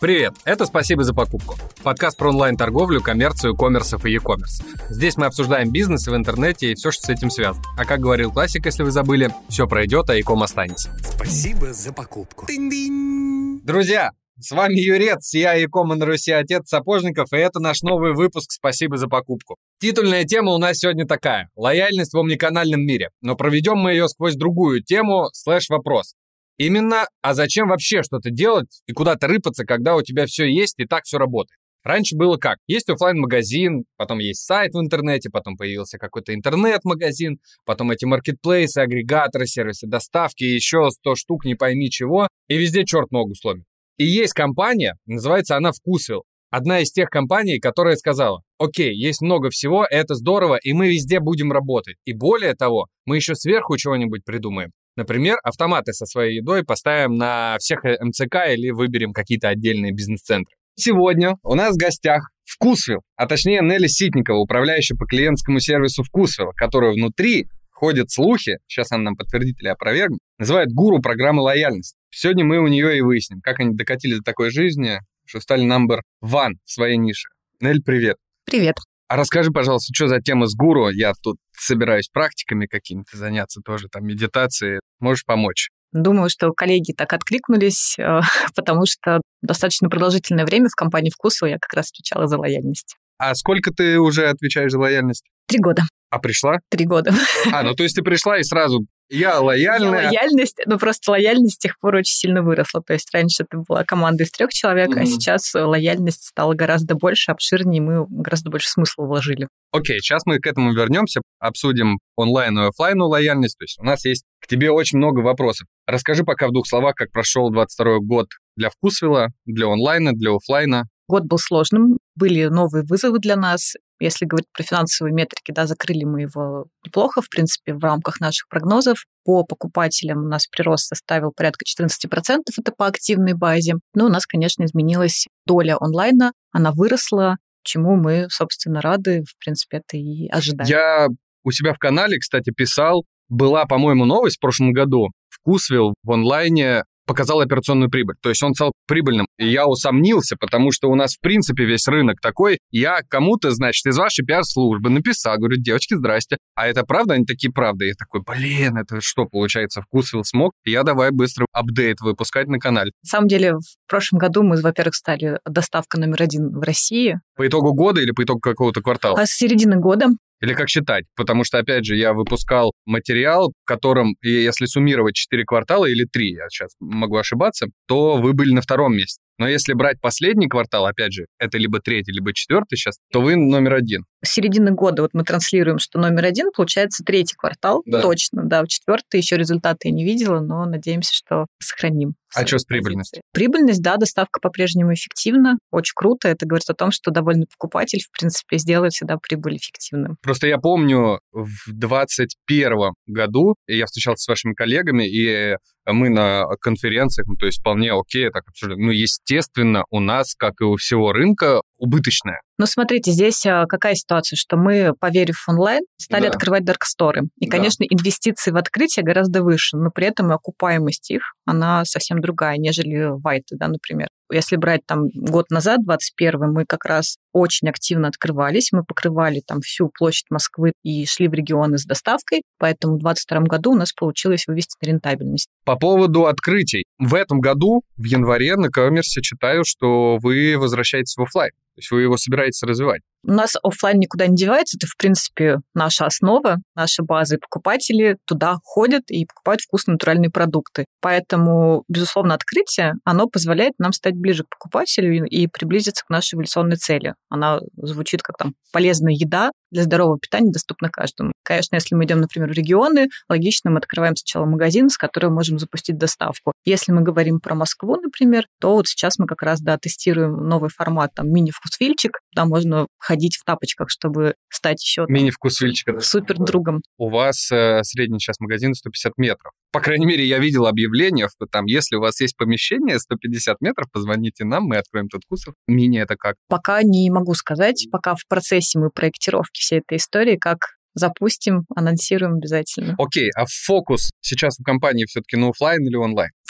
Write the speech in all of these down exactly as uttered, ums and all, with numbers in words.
Привет, это «Спасибо за покупку». Подкаст про онлайн-торговлю, коммерцию, коммерсов и e-commerce. Здесь мы обсуждаем бизнес в интернете и все, что с этим связано. А как говорил классик, если вы забыли, все пройдет, а e-com останется. Спасибо за покупку. Тынь-дынь. Друзья, с вами Юрец, я e-com на Руси отец сапожников, и это наш новый выпуск «Спасибо за покупку». Титульная тема у нас сегодня такая – лояльность в омниканальном мире. Но проведем мы ее сквозь другую тему слэш-вопрос. Именно, а зачем вообще что-то делать и куда-то рыпаться, когда у тебя все есть и так все работает? Раньше было как? Есть офлайн-магазин, потом есть сайт в интернете, потом появился какой-то интернет-магазин, потом эти маркетплейсы, агрегаторы, сервисы доставки, еще сто штук, не пойми чего, и везде черт ногу сломит. И есть компания, называется она Вкусвилл. Одна из тех компаний, которая сказала: окей, есть много всего, это здорово, и мы везде будем работать. И более того, мы еще сверху чего-нибудь придумаем. Например, автоматы со своей едой поставим на всех эм цэ ка или выберем какие-то отдельные бизнес-центры. Сегодня у нас в гостях Вкусвилл, а точнее Нелли Ситникова, управляющая по клиентскому сервису Вкусвилла, которая внутри ходят слухи, сейчас она нам подтвердит или опровергнет, называют гуру программы лояльности. Сегодня мы у нее и выясним, как они докатились до такой жизни, что стали number one в своей нише. Нель, привет. Привет. А расскажи, пожалуйста, что за тема с гуру? Я тут собираюсь практиками какими-то заняться тоже, там, медитацией. Можешь помочь? Думаю, что коллеги так откликнулись, потому что достаточно продолжительное время в компании Вкусвилл я как раз отвечала за лояльность. А сколько ты уже отвечаешь за лояльность? Три года. А пришла? Три года. А, ну то есть ты пришла и сразу... Я лояльная. Я лояльность, ну просто лояльность с тех пор очень сильно выросла. То есть раньше это была команда из трех человек, mm-hmm. а сейчас лояльность стала гораздо больше, обширнее, мы гораздо больше смысла вложили. Окей, сейчас мы к этому вернемся, обсудим онлайн и офлайн лояльность. То есть у нас есть к тебе очень много вопросов. Расскажи пока в двух словах, как прошел двадцать второй год для Вкусвилла, для онлайна, для офлайна. Год был сложным, были новые вызовы для нас. Если говорить про финансовые метрики, да, закрыли мы его неплохо, в принципе, в рамках наших прогнозов. По покупателям у нас прирост составил порядка четырнадцать процентов, это по активной базе. Но у нас, конечно, изменилась доля онлайна, она выросла, чему мы, собственно, рады, в принципе, это и ожидаем. Я у себя в канале, кстати, писал, была, по-моему, новость в прошлом году. Вкусвилл в онлайне показал операционную прибыль. То есть он стал прибыльным. И я усомнился, потому что у нас, в принципе, весь рынок такой. Я кому-то, значит, из вашей пиар-службы написал, говорю: девочки, здрасте. А это правда? Они такие: правда. Я такой: блин, это что, получается, Вкусвилл смог? Я давай быстро апдейт выпускать на канале. На самом деле, в прошлом году мы, во-первых, стали доставка номер один в России. По итогу года или по итогу какого-то квартала? А с середины года. Или как считать? Потому что, опять же, я выпускал материал, в котором, если суммировать четыре квартала или три, я сейчас могу ошибаться, то вы были на втором месте. Но если брать последний квартал, опять же, это либо третий, либо четвертый сейчас, то вы номер один. С середины года вот мы транслируем, что номер один, получается, третий квартал. Да. Точно, да. В четвертый еще результаты я не видела, но надеемся, что сохраним. А что с прибыльностью? Прибыльность, да, доставка по-прежнему эффективна. Очень круто. Это говорит о том, что довольный покупатель, в принципе, сделает всегда прибыль эффективным. Просто я помню, в двадцать первом году я встречался с вашими коллегами, и мы на конференциях, ну, то есть вполне окей, так обсуждали. Ну, естественно, у нас, как и у всего рынка, убыточная. Ну, смотрите, здесь какая ситуация, что мы, поверив в онлайн, стали да. открывать дарксторы. И, да. конечно, инвестиции в открытие гораздо выше, но при этом и окупаемость их, она совсем другая, нежели вайты, да, например. Если брать там год назад, двадцать первый, мы как раз очень активно открывались, мы покрывали там всю площадь Москвы и шли в регионы с доставкой, поэтому в двадцать втором году у нас получилось вывести на рентабельность. По поводу открытий. В этом году, в январе, на коммерсе читаю, что вы возвращаетесь в офлайн. То есть вы его собираетесь развивать. У нас офлайн никуда не девается, это, в принципе, наша основа, наша база, и покупатели туда ходят и покупают вкусные натуральные продукты. Поэтому, безусловно, открытие, оно позволяет нам стать ближе к покупателю и приблизиться к нашей эволюционной цели. Она звучит как там полезная еда для здорового питания, доступна каждому. Конечно, если мы идем, например, в регионы, логично, мы открываем сначала магазин, с которого можем запустить доставку. Если мы говорим про Москву, например, то вот сейчас мы как раз, да, тестируем новый формат, там, мини-вкусвильчик, куда можно ходить в тапочках, чтобы стать еще мини-вкусвильчик супер другом. У вас э, средний сейчас магазин сто пятьдесят метров. По крайней мере, я видел объявление, что там, если у вас есть помещение сто пятьдесят метров, позвоните нам, мы откроем тут Вкусвилл. Мини это как? Пока не могу сказать, пока в процессе мы проектировки всей этой истории, как запустим, анонсируем обязательно. Окей, а фокус сейчас у компании все-таки на офлайн или онлайн?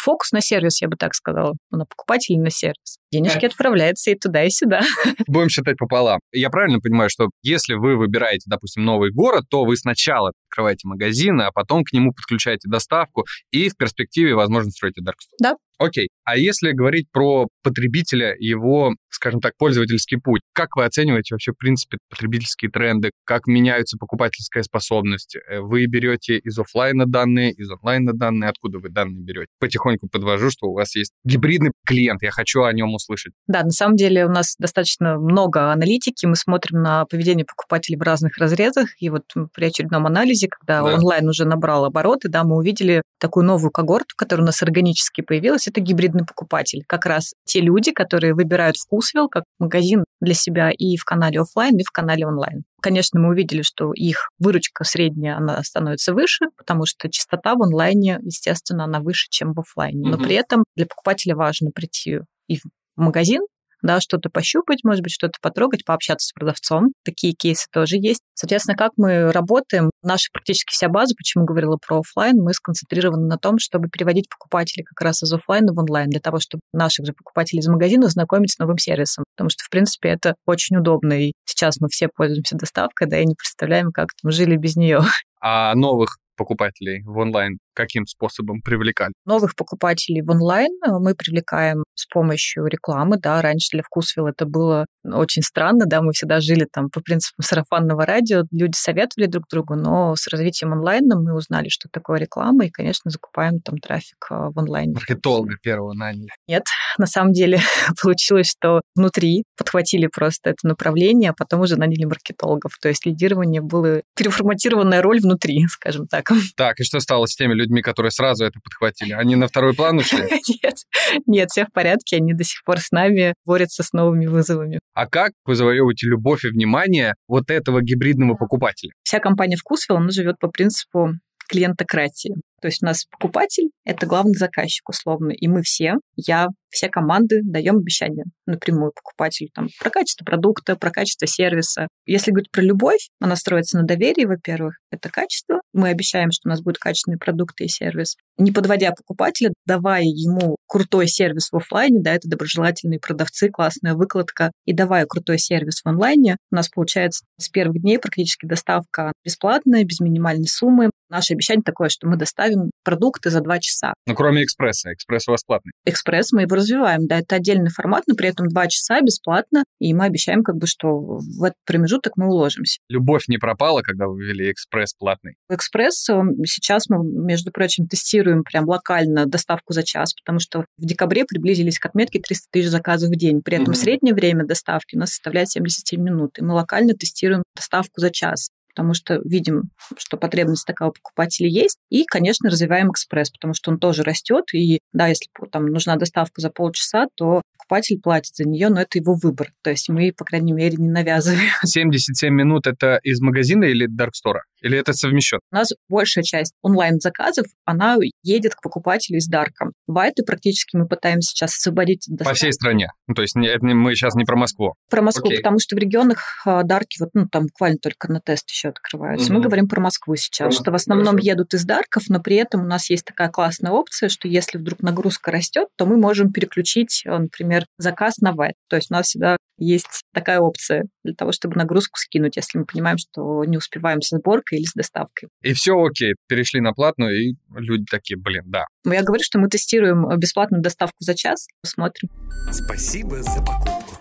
фокус на сервис, я бы так сказала, на покупателей, на сервис. Денежки отправляются и туда, и сюда. Будем считать пополам. Я правильно понимаю, что если вы выбираете, допустим, новый город, то вы сначала открываете магазин, а потом к нему подключаете доставку и в перспективе, возможно, строите даркстор? Да. Окей. А если говорить про потребителя, его, скажем так, пользовательский путь, как вы оцениваете вообще, в принципе, потребительские тренды, как меняется покупательская способность? Вы берете из офлайна данные, из онлайна данные, откуда вы данные берете? Потихоньку подвожу, что у вас есть гибридный клиент, я хочу о нем услышать. Да, на самом деле у нас достаточно много аналитики, мы смотрим на поведение покупателей в разных разрезах, и вот при очередном анализе, когда да. онлайн уже набрал обороты, да, мы увидели такую новую когорту, которая у нас органически появилась, это гибридный покупатель. Как раз те люди, которые выбирают Вкусвилл как магазин для себя и в канале офлайн, и в канале онлайн. Конечно, мы увидели, что их выручка средняя, она становится выше, потому что частота в онлайне, естественно, она выше, чем в офлайне. Но mm-hmm. при этом для покупателя важно прийти и в магазин, да, что-то пощупать, может быть, что-то потрогать, пообщаться с продавцом. Такие кейсы тоже есть. Соответственно, как мы работаем, наша практически вся база, почему говорила про офлайн, мы сконцентрированы на том, чтобы переводить покупателей как раз из офлайна в онлайн, для того, чтобы наших же покупателей из магазина знакомить с новым сервисом. Потому что, в принципе, это очень удобно. И сейчас мы все пользуемся доставкой, да, и не представляем, как там жили без нее. А новых покупателей в онлайн каким способом привлекали? Новых покупателей в онлайн мы привлекаем с помощью рекламы, да, раньше для Вкусвилла это было очень странно, да, мы всегда жили там по принципу сарафанного радио, люди советовали друг другу, но с развитием онлайна мы узнали, что такое реклама, и, конечно, закупаем там трафик в онлайне. Маркетолога первого наняли? Нет, на самом деле получилось, что внутри подхватили просто это направление, а потом уже наняли маркетологов, то есть лидирование было переформатированная роль внутри, скажем так. Так, и что стало с теми людьми, которые сразу это подхватили? Они на второй план ушли? Нет, нет, все в порядке, они до сих пор с нами борются с новыми вызовами. А как вы завоевываете любовь и внимание вот этого гибридного покупателя? Вся компания Вкусвилл, она живет по принципу клиентократии. То есть у нас покупатель – это главный заказчик, условно, и мы все, я, все команды даем обещания напрямую покупателю там, про качество продукта, про качество сервиса. Если говорить про любовь, она строится на доверии, во-первых, это качество. Мы обещаем, что у нас будут качественные продукты и сервис. Не подводя покупателя, давая ему крутой сервис в офлайне, да, это доброжелательные продавцы, классная выкладка, и давая крутой сервис в онлайне, у нас получается с первых дней практически доставка бесплатная, без минимальной суммы. Наше обещание такое, что мы доставим продукты за два часа. Ну, кроме экспресса. Экспресс у вас платный. Экспресс мы его развиваем, да, это отдельный формат, но при этом два часа бесплатно, и мы обещаем, как бы, что в этот промежуток мы уложимся. Любовь не пропала, когда вы ввели экспресс платный? Экспресс сейчас мы, между прочим, тестируем прям локально доставку за час, потому что в декабре приблизились к отметке триста тысяч заказов в день. При этом mm-hmm. среднее время доставки у нас составляет семьдесят семь минут, и мы локально тестируем доставку за час, потому что видим, что потребность такого покупателя есть. И, конечно, развиваем экспресс, потому что он тоже растет. И да, если там нужна доставка за полчаса, то покупатель платит за нее, но это его выбор. То есть мы, по крайней мере, не навязываем. семьдесят семь минут – это из магазина или даркстора? Или это совмещено? У нас большая часть онлайн-заказов, она едет к покупателю из дарка. Вайты практически мы пытаемся сейчас освободить от доставки. По всей стране? Ну, то есть это мы сейчас не про Москву? Про Москву, Окей. Потому что в регионах дарки вот, ну, там буквально только на тест еще открываются. Mm-hmm. Мы говорим про Москву сейчас, про что в основном Хорошо. едут из дарков, но при этом у нас есть такая классная опция, что если вдруг нагрузка растет, то мы можем переключить, например, заказ на вайт. То есть у нас всегда есть такая опция для того, чтобы нагрузку скинуть, если мы понимаем, что не успеваем со сборкой или с доставкой. И все окей, перешли на платную, и люди такие, блин, да. Я говорю, что мы тестируем бесплатную доставку за час, посмотрим. Спасибо за покупку.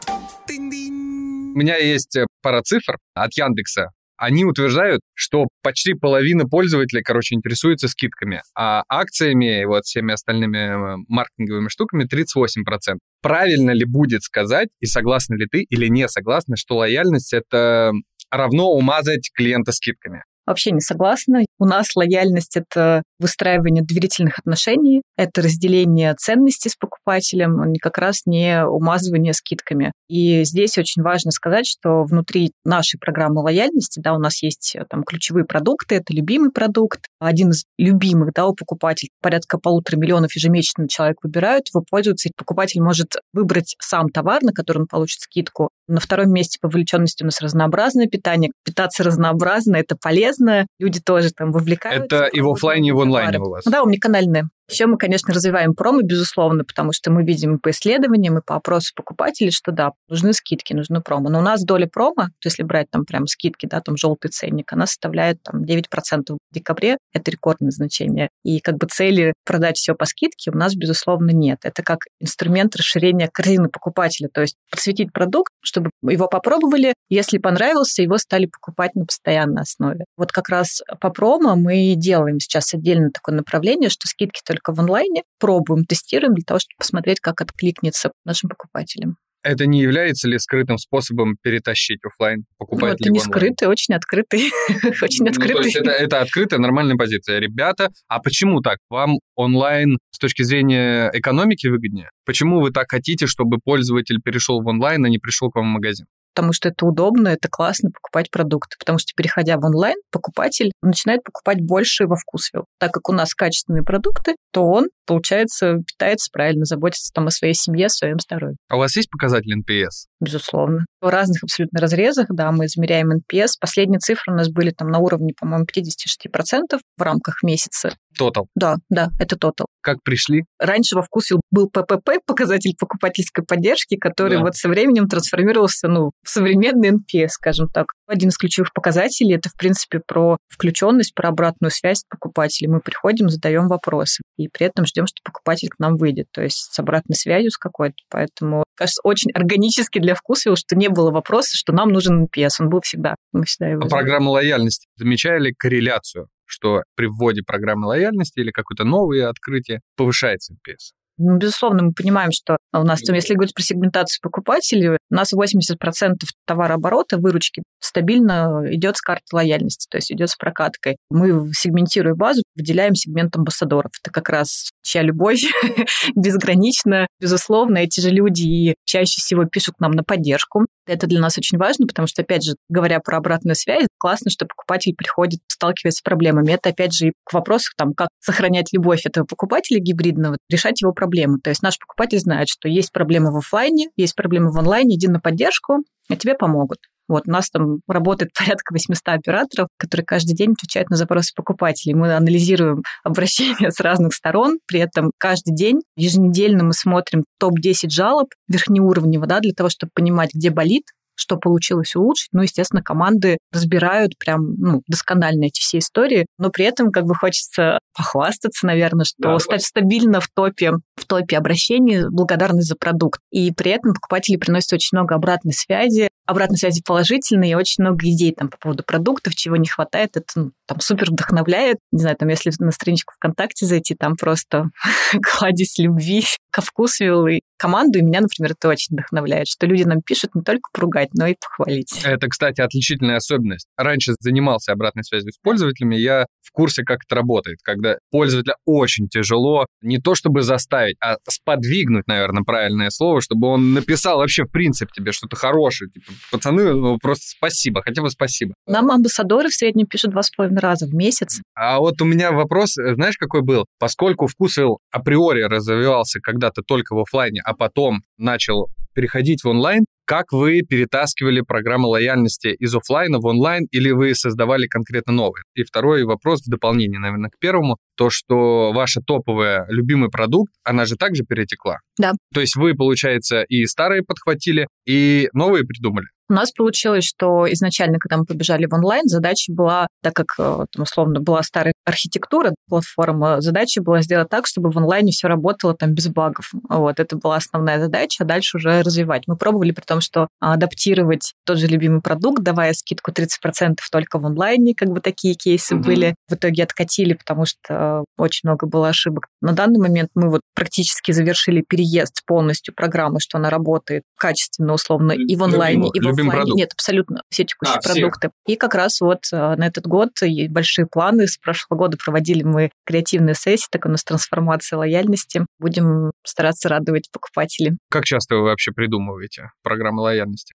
Тынь-дынь. У меня есть пара цифр от Яндекса. Они утверждают, что почти половина пользователей, короче, интересуется скидками, а акциями и вот всеми остальными маркетинговыми штуками тридцать восемь процентов. Правильно ли будет сказать, и согласна ли ты или не согласна, что лояльность – это равно умазать клиента скидками? Вообще не согласна. У нас лояльность – это выстраивание доверительных отношений, это разделение ценностей с покупателем, как раз не умазывание скидками. И здесь очень важно сказать, что внутри нашей программы лояльности, да, у нас есть там ключевые продукты, это любимый продукт, один из любимых, да, у покупателей, порядка полутора миллионов ежемесячно человек выбирают, его пользуются, и покупатель может выбрать сам товар, на который он получит скидку. На втором месте по вовлеченности у нас разнообразное питание. Питаться разнообразно – это полезно, люди тоже там вовлекаются. Это и в офлайне, и в онлайне у вас? Да, омниканальное. Еще мы, конечно, развиваем промо, безусловно, потому что мы видим по исследованиям и по опросу покупателей, что да, нужны скидки, нужны промо. Но у нас доля промо, если брать там прям скидки, да, там желтый ценник, она составляет там девять процентов в декабре, это рекордное значение. И как бы цели продать все по скидке у нас, безусловно, нет. Это как инструмент расширения корзины покупателя, то есть подсветить продукт, чтобы его попробовали, если понравился, его стали покупать на постоянной основе. Вот как раз по промо мы делаем сейчас отдельно такое направление, что скидки только в онлайне, пробуем, тестируем для того, чтобы посмотреть, как откликнется нашим покупателям. Это не является ли скрытым способом перетащить офлайн покупателей? Ну, это не скрытый, очень открытый. Очень открытый. Ну, то есть это, это открытая, нормальная позиция. Ребята, а почему так? Вам онлайн с точки зрения экономики выгоднее? Почему вы так хотите, чтобы пользователь перешел в онлайн, а не пришел к вам в магазин? Потому что это удобно, это классно покупать продукты. Потому что, переходя в онлайн, покупатель начинает покупать больше во Вкусвилл. Так как у нас качественные продукты, то он, получается, питается правильно, заботится там о своей семье, о своем здоровье. А у вас есть показатель эн пи эс? Безусловно. В разных абсолютно разрезах, да, мы измеряем эн пи эс. Последние цифры у нас были там на уровне, по-моему, пятьдесят шесть процентов в рамках месяца. Тотал? Да, да, это тотал. Как пришли? Раньше во Вкусвилл был пэ пэ пэ, показатель покупательской поддержки, который да. вот со временем трансформировался, ну, в современный эн пи эс, скажем так. Один из ключевых показателей – это, в принципе, про включенность, про обратную связь покупателей. Мы приходим, задаем вопросы, и при этом ждем, что покупатель к нам выйдет, то есть с обратной связью с какой-то. Поэтому, кажется, очень органически для Вкусвилл, что не было вопроса, что нам нужен эн пи эс. Он был всегда. Мы всегда его а программа лояльности. Замечали корреляцию, что при вводе программы лояльности или какое-то новое открытие повышается эн пи эс? Ну, безусловно, мы понимаем, что у нас, там, если говорить про сегментацию покупателей, у нас восемьдесят процентов товарооборота, выручки стабильно идет с карты лояльности, то есть идет с прокаткой. Мы, сегментируя базу, выделяем сегмент амбассадоров. Это как раз чья любовь безгранична. Безусловно, эти же люди и чаще всего пишут нам на поддержку. Это для нас очень важно, потому что, опять же, говоря про обратную связь, классно, что покупатель приходит, сталкивается с проблемами. Это, опять же, и к вопросу, там, как сохранять любовь этого покупателя гибридного, решать его проблемы. То есть наш покупатель знает, что есть проблемы в офлайне, есть проблемы в онлайне, иди на поддержку, а тебе помогут. Вот у нас там работает порядка восемьсот операторов, которые каждый день отвечают на запросы покупателей. Мы анализируем обращения с разных сторон, при этом каждый день, еженедельно мы смотрим топ десять жалоб верхнеуровневого, да, для того, чтобы понимать, где болит, что получилось улучшить. Ну, естественно, команды разбирают прям ну, досконально эти все истории, но при этом как бы хочется похвастаться, наверное, что да, стать стабильно в топе, в топе обращений, благодарность за продукт. И при этом покупатели приносят очень много обратной связи, обратной связи положительной, и очень много идей там по поводу продуктов, чего не хватает. Это ну, там супер вдохновляет. Не знаю, там если на страничку ВКонтакте зайти, там просто кладезь любви ко Вкусвилл и команду, и меня, например, это очень вдохновляет, что люди нам пишут не только поругать, но и похвалить. Это, кстати, отличительная особенность. Раньше занимался обратной связью с пользователями, я в курсе, как это работает, когда пользователя очень тяжело не то чтобы заставить, а сподвигнуть, наверное, правильное слово, чтобы он написал вообще в принципе тебе что-то хорошее. Типа, пацаны, ну просто спасибо, хотя бы спасибо. Нам амбассадоры в среднем пишут два с половиной раза в месяц. А вот у меня вопрос, знаешь, какой был? Поскольку Вкусвилл априори развивался когда-то только в офлайне, а потом начал переходить в онлайн, как вы перетаскивали программу лояльности из офлайна в онлайн или вы создавали конкретно новые? И второй вопрос в дополнение, наверное, к первому, то, что ваша топовая любимый продукт, она же также перетекла? Да. То есть вы, получается, и старые подхватили, и новые придумали? У нас получилось, что изначально, когда мы побежали в онлайн, задача была, так как, там, условно, была старая архитектура платформы, задача была сделать так, чтобы в онлайне все работало там без багов. Вот, это была основная задача, а дальше уже развивать. Мы пробовали при том, что адаптировать тот же любимый продукт, давая скидку тридцать процентов только в онлайне, как бы такие кейсы mm-hmm. были. В итоге откатили, потому что очень много было ошибок. На данный момент мы вот практически завершили переезд полностью программы, что она работает качественно, условно, и в онлайне, и в офлайне. Нет, абсолютно все текущие а, продукты. Все. И как раз вот на этот год большие планы. С прошлого года проводили мы креативные сессии, так у нас трансформация лояльности. Будем стараться радовать покупателей. Как часто вы вообще придумываете программы лояльности?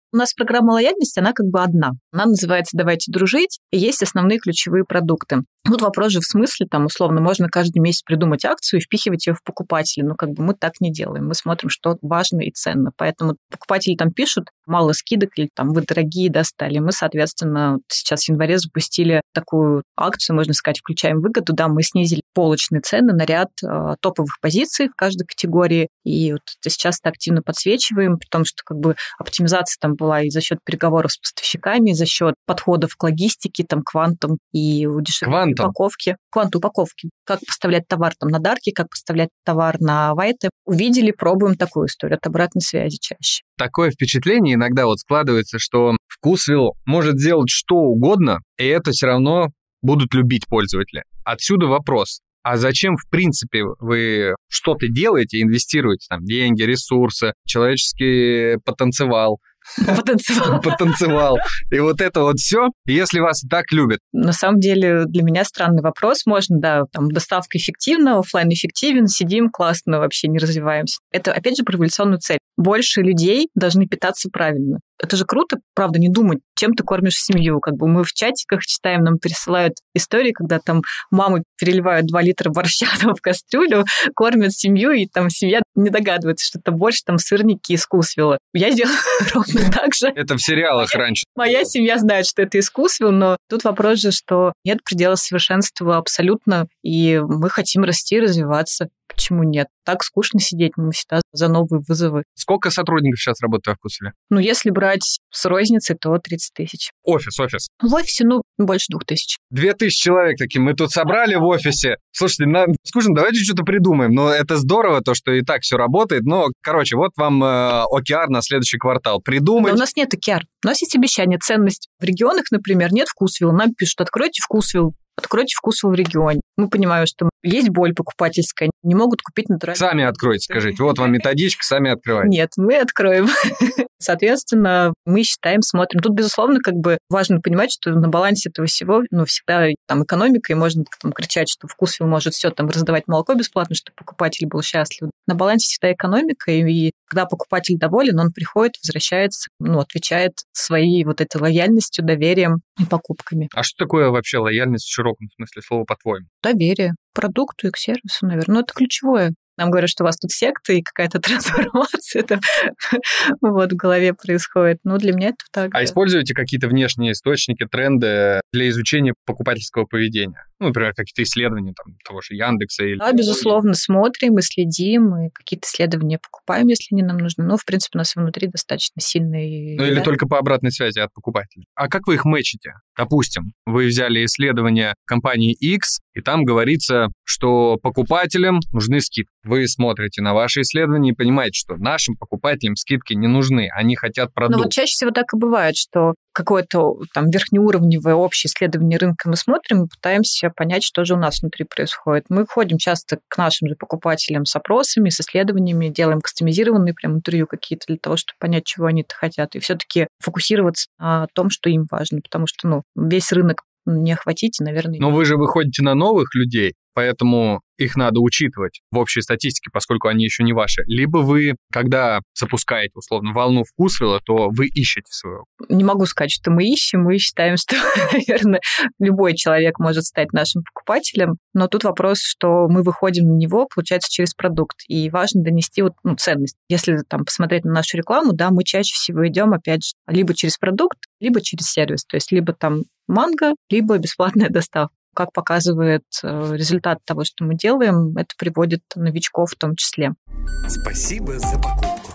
У нас программа лояльности, она как бы одна. Она называется «Давайте дружить», и есть основные ключевые продукты. Тут вопрос же в смысле, там, условно, можно каждый месяц придумать акцию и впихивать ее в покупателей, но как бы мы так не делаем. Мы смотрим, что важно и ценно. Поэтому покупатели там пишут, мало скидок или там вы дорогие достали. Мы, соответственно, сейчас в январе запустили такую акцию, можно сказать, включаем выгоду. Да, мы снизили полочные цены на ряд э, топовых позиций в каждой категории. И вот сейчас это активно подсвечиваем, при том, что как бы оптимизация там была и за счет переговоров с поставщиками, и за счет подходов к логистике, там, квантум и удешевления упаковки. Квант упаковки. Как поставлять товар там на Дарке, как поставлять товар на Вайте. Увидели, пробуем такую историю от обратной связи чаще. Такое впечатление иногда вот складывается, что Вкусвилл может сделать что угодно, и это все равно будут любить пользователи. Отсюда вопрос. А зачем, в принципе, вы что-то делаете, инвестируете там деньги, ресурсы, человеческий потенциал? Потенциал. Потенциал. И вот это вот все, если вас так любят. На самом деле для меня странный вопрос. Можно, да, там доставка эффективна, офлайн эффективен, сидим классно, вообще не развиваемся. Это, опять же, про эволюционную цель. Больше людей должны питаться правильно. Это же круто, правда, не думать, чем ты кормишь семью. Как бы мы в чатиках читаем, нам присылают истории, когда там мамы переливают два литра борща там, в кастрюлю, кормят семью, и там семья не догадывается, что это борщ, там сырники из Вкусвилла. Я делаю ровно так же. Это в сериалах раньше. Моя семья знает, что это из Вкусвилл, но тут вопрос же, что нет предела совершенства абсолютно, и мы хотим расти, развиваться. Почему нет? Так скучно сидеть, мы всегда за новые вызовы. Сколько сотрудников сейчас работает в Вкусвилле? Ну, если брать с розницей, то тридцать тысяч. Офис, офис. В офисе, ну, больше двух тысяч. Две тысячи человек такие мы тут собрали в офисе. Слушайте, нам скучно, давайте что-то придумаем. Но это здорово, то, что и так все работает. Но, короче, вот вам э, о ке ар на следующий квартал. Придумать. Но у нас нет о ке ар. У нас есть обещание, ценность. В регионах, например, нет Вкусвилла. Нам пишут, откройте Вкусвилл. Откройте Вкусвилл в регионе. Мы понимаем, что есть боль покупательская, не могут купить натурально. Сами откройте, скажите. Вот вам методичка, сами открывайте. Нет, мы откроем. Соответственно, мы считаем, смотрим. Тут, безусловно, как бы важно понимать, что на балансе этого всего, ну, всегда там экономика, и можно там кричать, что Вкусвилл может все там раздавать молоко бесплатно, чтобы покупатель был счастлив. На балансе всегда экономика, и когда покупатель доволен, он приходит, возвращается, ну, отвечает своей вот этой лояльностью, доверием и покупками. А что такое вообще лояльность в широком смысле слова, по-твоему? Доверие к продукту и к сервису, наверное. Ну, это ключевое. Нам говорят, что у вас тут секта и какая-то трансформация там вот в голове происходит. Ну, для меня это так. А используете какие-то внешние источники, тренды для изучения покупательского поведения? Ну, например, какие-то исследования там, того же Яндекса или... Да, безусловно, смотрим и следим, и какие-то исследования покупаем, если они нам нужны. Ну, в принципе, у нас внутри достаточно сильные... Ну, или только по обратной связи от покупателя. А как вы их мэчите? Допустим, вы взяли исследование компании X, и там говорится, что покупателям нужны скидки. Вы смотрите на ваши исследования и понимаете, что нашим покупателям скидки не нужны, они хотят продукт. Ну, вот чаще всего так и бывает, что какое-то там верхнеуровневое общее исследование рынка мы смотрим и пытаемся понять, что же у нас внутри происходит. Мы ходим часто к нашим же покупателям с опросами, с исследованиями, делаем кастомизированные прям интервью какие-то для того, чтобы понять, чего они-то хотят, и все-таки фокусироваться на том, что им важно, потому что, ну, весь рынок не охватите, наверное. Но вы же выходите на новых людей, поэтому их надо учитывать в общей статистике, поскольку они еще не ваши. Либо вы, когда запускаете, условно, волну Вкусвилла, то вы ищете свою. Не могу сказать, что мы ищем. Мы считаем, что, наверное, любой человек может стать нашим покупателем. Но тут вопрос, что мы выходим на него, получается, через продукт. И важно донести вот, ну, ценность. Если там посмотреть на нашу рекламу, да, мы чаще всего идем, опять же, либо через продукт, либо через сервис. То есть либо там манго, либо бесплатная доставка. Как показывает результат того, что мы делаем, это приводит новичков в том числе. Спасибо за покупку.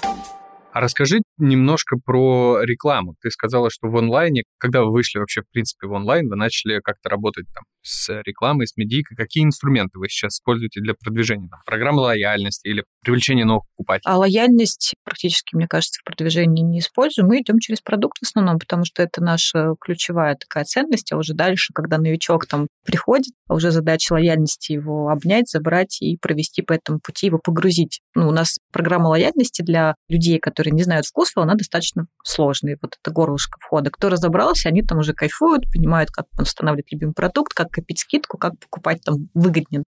А расскажи немножко про рекламу. Ты сказала, что в онлайне, когда вы вышли вообще, в принципе, в онлайн, вы начали как-то работать там с рекламой, с медийкой. Какие инструменты вы сейчас используете для продвижения? Там, программы лояльности или привлечения новых покупателей? А лояльность практически, мне кажется, в продвижении не используем. Мы идем через продукт в основном, потому что это наша ключевая такая ценность. А уже дальше, когда новичок там приходит, уже задача лояльности его обнять, забрать и провести по этому пути, его погрузить. Ну, у нас программа лояльности для людей, которые не знают Вкусвилла, она достаточно сложная. Вот это горлышко входа. Кто разобрался, они там уже кайфуют, понимают, как устанавливать любимый продукт, как копить скидку, как покупать там выгоднее.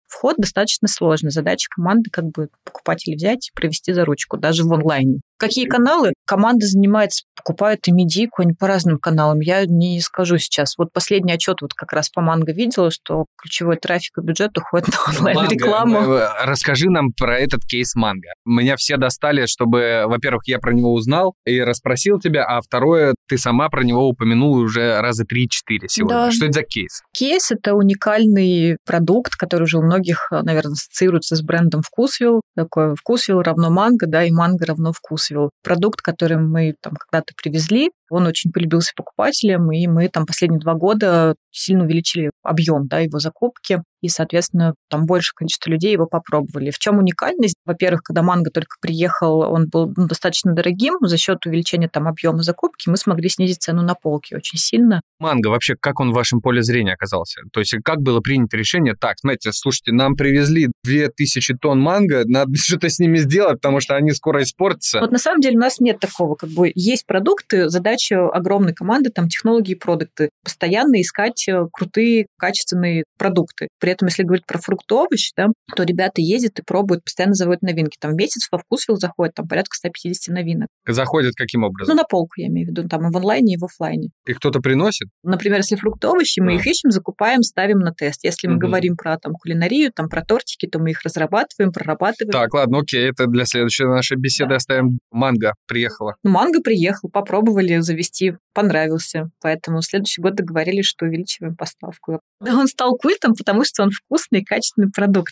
Вход достаточно сложный. Задача команды как бы покупателей взять и провести за ручку, даже в онлайне. Какие каналы? Команда занимается, покупает и медийку, они по разным каналам. Я не скажу сейчас. Вот последний отчет вот как раз по Манго видела, что ключевой трафик и бюджет уходит на онлайн-рекламу. Манго. Расскажи нам про этот кейс Манго. Меня все достали, чтобы, во-первых, я про него узнал и расспросил тебя, а второе, ты сама про него упомянула уже раза три-четыре сегодня. Да. Что это за кейс? Кейс — это уникальный продукт, который уже у многих, наверное, ассоциируется с брендом Вкусвилл. Такое Вкусвилл равно Манго, да, и Манго равно Вкусвилл. Продукт, который мы там когда-то привезли, он очень полюбился покупателям, и мы там последние два года сильно увеличили объем, да, его закупки, и, соответственно, там большее количество людей его попробовали. В чем уникальность? Во-первых, когда Манго только приехал, он был ну, достаточно дорогим, за счет увеличения там объема закупки мы смогли снизить цену на полке очень сильно. Манго, вообще, как он в вашем поле зрения оказался? То есть как было принято решение? Так, смотрите, слушайте, нам привезли две тысячи тонн манго, надо что-то с ними сделать, потому что они скоро испортятся. Вот на самом деле у нас нет такого, как бы есть продукты, задача огромной команды, там технологии и продукты, постоянно искать крутые, качественные продукты. При этом, если говорить про фрукты, овощи, да, то ребята ездят и пробуют, постоянно заводят новинки. Там в месяц во Вкусвилл заходит там порядка сто пятьдесят новинок. Заходят каким образом? Ну, на полку, я имею в виду, там и в онлайне, и в офлайне. И кто-то приносит? Например, если фрукты, овощи, мы а. их ищем, закупаем, ставим на тест. Если мы угу. говорим про там кулинарию, там про тортики, то мы их разрабатываем, прорабатываем. Так, ладно, окей, это для следующей нашей беседы да. оставим. Манго приехала. Ну, Манго приехал, попробовали завести, понравился. Поэтому в следующий год договорились, что увеличиваем поставку. Да, он стал культом, потому что он вкусный и качественный продукт.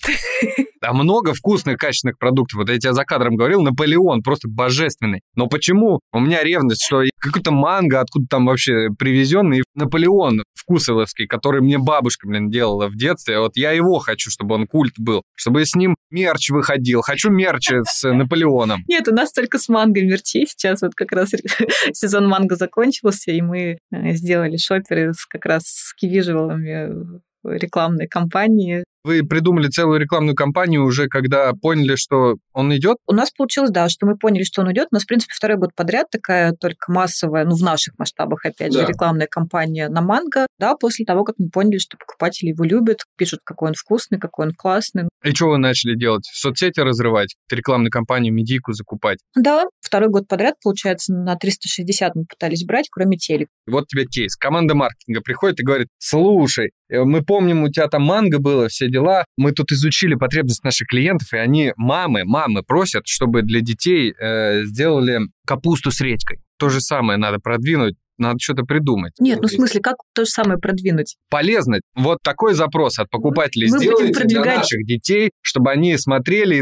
А много вкусных, качественных продуктов. Вот я тебе за кадром говорил, Наполеон просто божественный. Но почему? У меня ревность, что какой-то манго, откуда там вообще привезенный, Наполеон вкусвилловский, который мне бабушка, блин, делала в детстве. Вот я его хочу, чтобы он культ был, чтобы с ним мерч выходил. Хочу мерч с Наполеоном. Нет, у нас только с манго мерчей. Сейчас вот как раз сезон манго закончился, и мы сделали шоперы с, как раз с кивижевалами рекламной кампании. Вы придумали целую рекламную кампанию уже, когда поняли, что он идет? У нас получилось, да, что мы поняли, что он идет. У нас, в принципе, второй год подряд такая только массовая, ну, в наших масштабах, опять да. же, рекламная кампания на манго, да, после того, как мы поняли, что покупатели его любят, пишут, какой он вкусный, какой он классный. И что вы начали делать? Соцсети разрывать? Рекламную кампанию, медийку закупать? Да, второй год подряд, получается, на триста шестьдесят мы пытались брать, кроме телек. Вот тебе кейс. Команда маркетинга приходит и говорит, слушай, мы помним, у тебя там манго было, все дела. Мы тут изучили потребность наших клиентов, и они, мамы, мамы просят, чтобы для детей э, сделали капусту с редькой. То же самое надо продвинуть, надо что-то придумать. Нет, ну в смысле, как то же самое продвинуть? Полезно. Вот такой запрос от покупателей. Мы сделайте продвигать... для наших детей, чтобы они смотрели,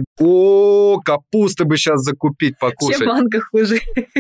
о, капусты бы сейчас закупить, покушать. Чем манго хуже?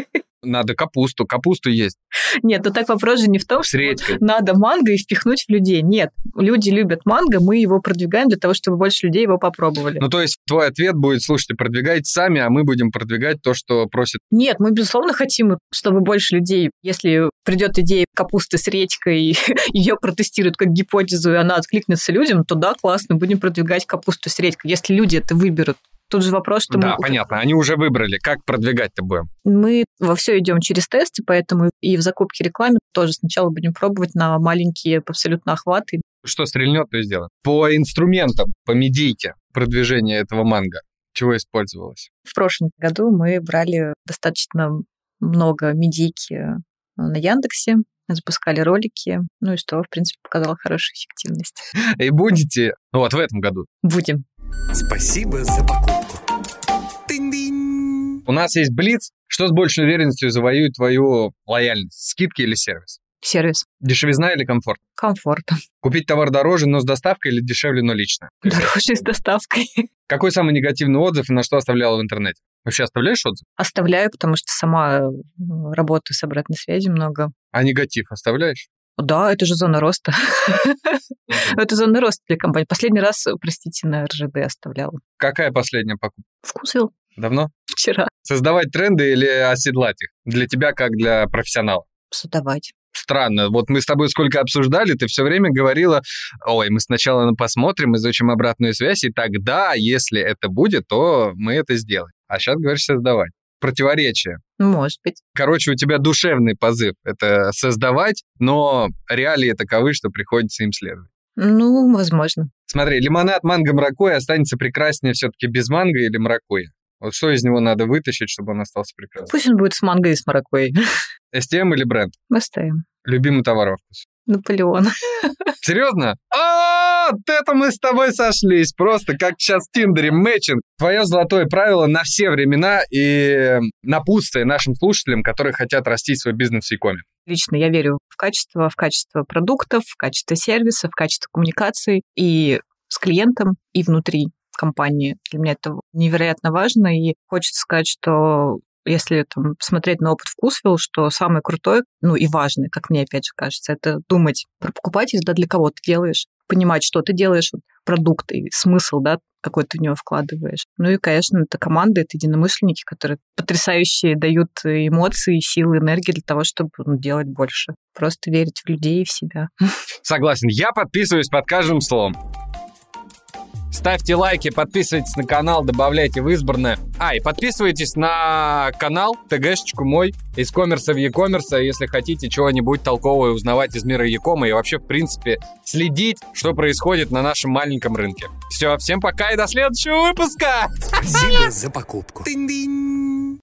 Надо капусту, капусту есть. Нет, ну так вопрос же не в том, с что редькой. Надо манго и впихнуть в людей. Нет, люди любят манго, мы его продвигаем для того, чтобы больше людей его попробовали. Ну, то есть твой ответ будет, слушайте, продвигайте сами, а мы будем продвигать то, что просят. Нет, мы, безусловно, хотим, чтобы больше людей, если придет идея капусты с редькой, и ее протестируют как гипотезу, и она откликнется людям, то да, классно, будем продвигать капусту с редькой, если люди это выберут. Тут же вопрос, что да, мы... Да, понятно. Они уже выбрали. Как продвигать-то будем? Мы во все идем через тесты, поэтому и в закупке рекламы тоже сначала будем пробовать на маленькие абсолютно охваты. Что стрельнет, то и сделаем. По инструментам, по медийке продвижения этого манго, чего использовалось? В прошлом году мы брали достаточно много медийки на Яндексе, запускали ролики, ну и что, в принципе, показало хорошую эффективность. И будете, ну вот в этом году? Будем. Спасибо за покупку. Тынь-дынь. У нас есть блиц. Что с большей уверенностью завоюет твою лояльность? Скидки или сервис? Сервис. Дешевизна или комфорт? Комфорт. Купить товар дороже, но с доставкой или дешевле, но лично? Дороже с доставкой. Какой самый негативный отзыв и на что оставляла в интернете? Вообще оставляешь отзыв? Оставляю, потому что сама работаю с обратной связью много. А негатив оставляешь? Да, это же зона роста. Это зона роста для компании. Последний раз, простите, на эр жэ дэ оставляла. Какая последняя покупка? Вкусвилл. Давно? Вчера. Создавать тренды или оседлать их? Для тебя как для профессионала? Создавать. Странно. Вот мы с тобой сколько обсуждали, ты все время говорила, ой, мы сначала посмотрим, изучим обратную связь, и тогда, если это будет, то мы это сделаем. А сейчас говоришь создавать. Противоречие. Может быть. Короче, у тебя душевный позыв — это создавать, но реалии таковы, что приходится им следовать. Ну, возможно. Смотри, лимонад манго-маракуйя останется прекраснее все-таки без манго или маракуйя? Вот что из него надо вытащить, чтобы он остался прекрасным? Пусть он будет с манго и с маракуйей. эс ти эм или бренд? Мы ставим. Любимый товар во вкусе? Наполеон. Серьезно? А, вот это мы с тобой сошлись. Просто как сейчас в Тиндере мэтчинг. Твое золотое правило на все времена и напутствие нашим слушателям, которые хотят расти свой бизнес в e-коме. Лично я верю в качество, в качество продуктов, в качество сервиса, в качество коммуникаций и с клиентом, и внутри компании. Для меня это невероятно важно, и хочется сказать, что если там посмотреть на опыт Вкусвилл, что самое крутое, ну и важное, как мне опять же кажется, это думать про покупателя, да, для кого ты делаешь, понимать, что ты делаешь, вот, продукт и смысл, да, какой ты в него вкладываешь. Ну и, конечно, это команда, это единомышленники, которые потрясающие дают эмоции, силы, энергии для того, чтобы ну, делать больше. Просто верить в людей и в себя. Согласен. Я подписываюсь под каждым словом. Ставьте лайки, подписывайтесь на канал, добавляйте в избранное. А, и подписывайтесь на канал, ТГшечку мой, из коммерса в e-commerce, если хотите чего-нибудь толковое узнавать из мира e-кома и вообще, в принципе, следить, что происходит на нашем маленьком рынке. Все, всем пока и до следующего выпуска! Спасибо за покупку. Тынь-дынь.